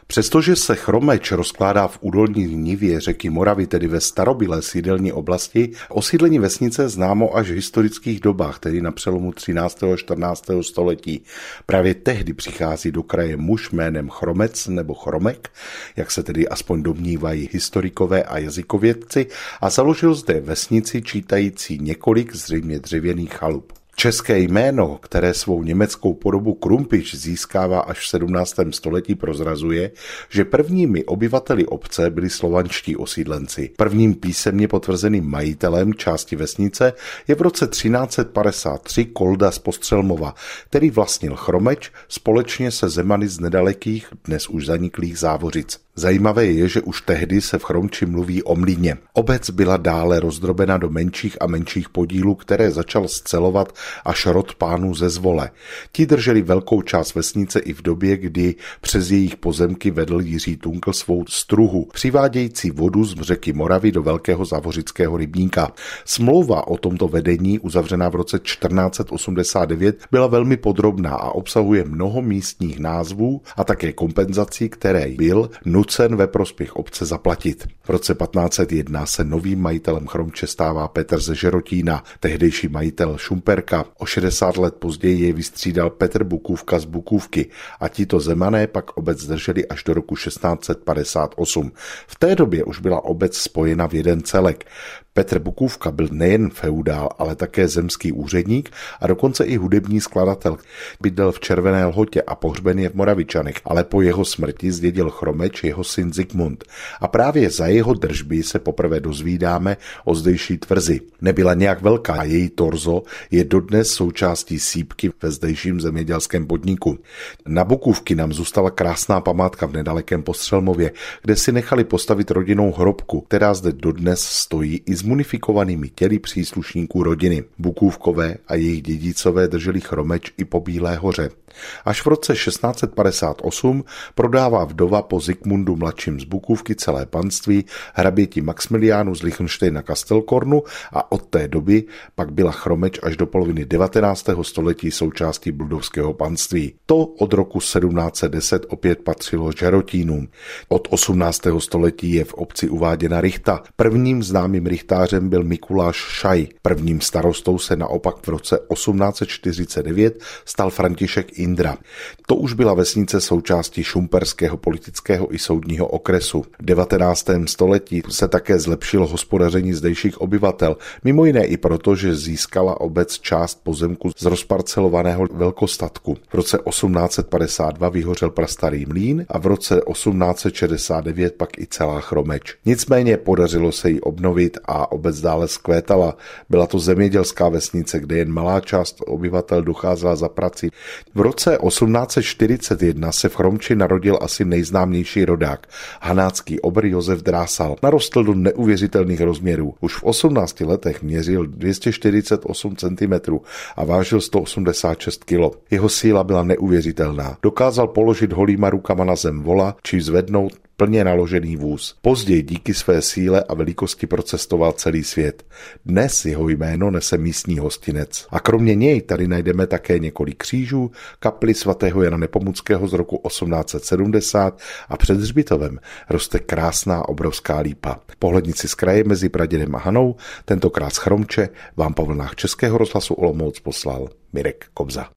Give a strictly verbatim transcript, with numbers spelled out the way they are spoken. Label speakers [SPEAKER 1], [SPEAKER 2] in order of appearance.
[SPEAKER 1] Přestože se Chromeč rozkládá v údolní nivě řeky Moravy, tedy ve starobylé sídelní oblasti, osídlení vesnice známo až v historických dobách, tedy na přelomu třináctého a čtrnáctého století. Právě tehdy přichází do kraje muž jménem Chromec nebo Chromek, jak se tedy aspoň domnívají historikové a jazykovědci, a založil zde vesnici čítající několik zřejmě dřevěných chalup. České jméno, které svou německou podobu Krumpič získává až v sedmnáctém století, prozrazuje, že prvními obyvateli obce byli slovanští osídlenci. Prvním písemně potvrzeným majitelem části vesnice je v roce třináct set padesát tři Kolda z Postřelmova, který vlastnil Chromeč společně se zemany z nedalekých, dnes už zaniklých Závořic. Zajímavé je, že už tehdy se v Chromči mluví o mlýně. Obec byla dále rozdrobena do menších a menších podílů, které začal scelovat až rod pánů ze Zvole. Ti drželi velkou část vesnice i v době, kdy přes jejich pozemky vedl Jiří Tunkl svou struhu, přivádějící vodu z řeky Moravy do velkého závořického rybníka. Smlouva o tomto vedení, uzavřená v roce čtrnáct set osmdesát devět, byla velmi podrobná a obsahuje mnoho místních názvů a také kompenzací, které byl nucen ve prospěch obce zaplatit. V roce patnáct set jedna se novým majitelem Chromče stává Petr ze Žerotína, tehdejší majitel Šumperka. O šedesát let později jej vystřídal Petr Bukůvka z Bukůvky a tito zemané pak obec drželi až do roku šestnáct set padesát osm. V té době už byla obec spojena v jeden celek. Petr Bukůvka byl nejen feudál, ale také zemský úředník a dokonce i hudební skladatel. Bydlel v Červené Lhotě a pohřben je v Moravičanech, ale po jeho smrti zdědil Chromeč jeho syn Zikmund. A právě za jeho držby se poprvé dozvídáme o zdejší tvrzi. Nebyla nějak velká a její torzo je dodnes součástí sýpky ve zdejším zemědělském podniku. Na Bukůvky nám zůstala krásná památka v nedalekém Postřelmově, kde si nechali postavit rodinnou hrobku, která zde dodnes stojí i s munifikovanými těly příslušníků rodiny. Bukůvkové a jejich dědicové drželi Chromeč i po Bílé hoře. Až v roce šestnáct set padesát osm prodává vdova po Zikmundu mladším z Bukůvky celé panství hraběti Maxmiliánu z Lichtenštejna Kastelkornu a od té doby pak byla Chromeč až do poloviny devatenáctého století součástí Bludovského panství. To od roku sedmnáct set deset opět patřilo Žerotínům. Od osmnáctého století je v obci uváděna rychta. Prvním známým rychtářem byl Mikuláš Šaj. Prvním starostou se naopak v roce osmnáct set čtyřicet devět stal František Indra. To už byla vesnice součástí šumperského politického i soudního okresu. V devatenáctém století se také zlepšilo hospodaření zdejších obyvatel, mimo jiné i proto, že získala obec část pozemku z rozparcelovaného velkostatku. V roce osmnáct set padesát dva vyhořel prastarý mlýn a v roce osmnáct set šedesát devět pak i celá Chromeč. Nicméně podařilo se jí obnovit a obec dále zkvétala. Byla to zemědělská vesnice, kde jen malá část obyvatel docházela za prací. V roce osmnáct set čtyřicet jedna se v Chromči narodil asi nejznámější rodák, hanácký obr Josef Drásal. Narostl do neuvěřitelných rozměrů. Už v osmnácti letech měřil dvě stě čtyřicet osm centimetrů a vážil sto osmdesát šest kilo. Jeho síla byla neuvěřitelná. Dokázal položit holýma rukama na zem vola či zvednout plně naložený vůz. Později díky své síle a velikosti procestoval celý svět. Dnes jeho jméno nese místní hostinec. A kromě něj tady najdeme také několik křížů, kapli svatého Jana Nepomuckého z roku osmnáct set sedmdesát a před hřbitovem roste krásná obrovská lípa. Pohlednici z kraje mezi Pradědem a Hanou, tentokrát z Chromče, vám po vlnách Českého rozhlasu Olomouc poslal Mirek Kobza.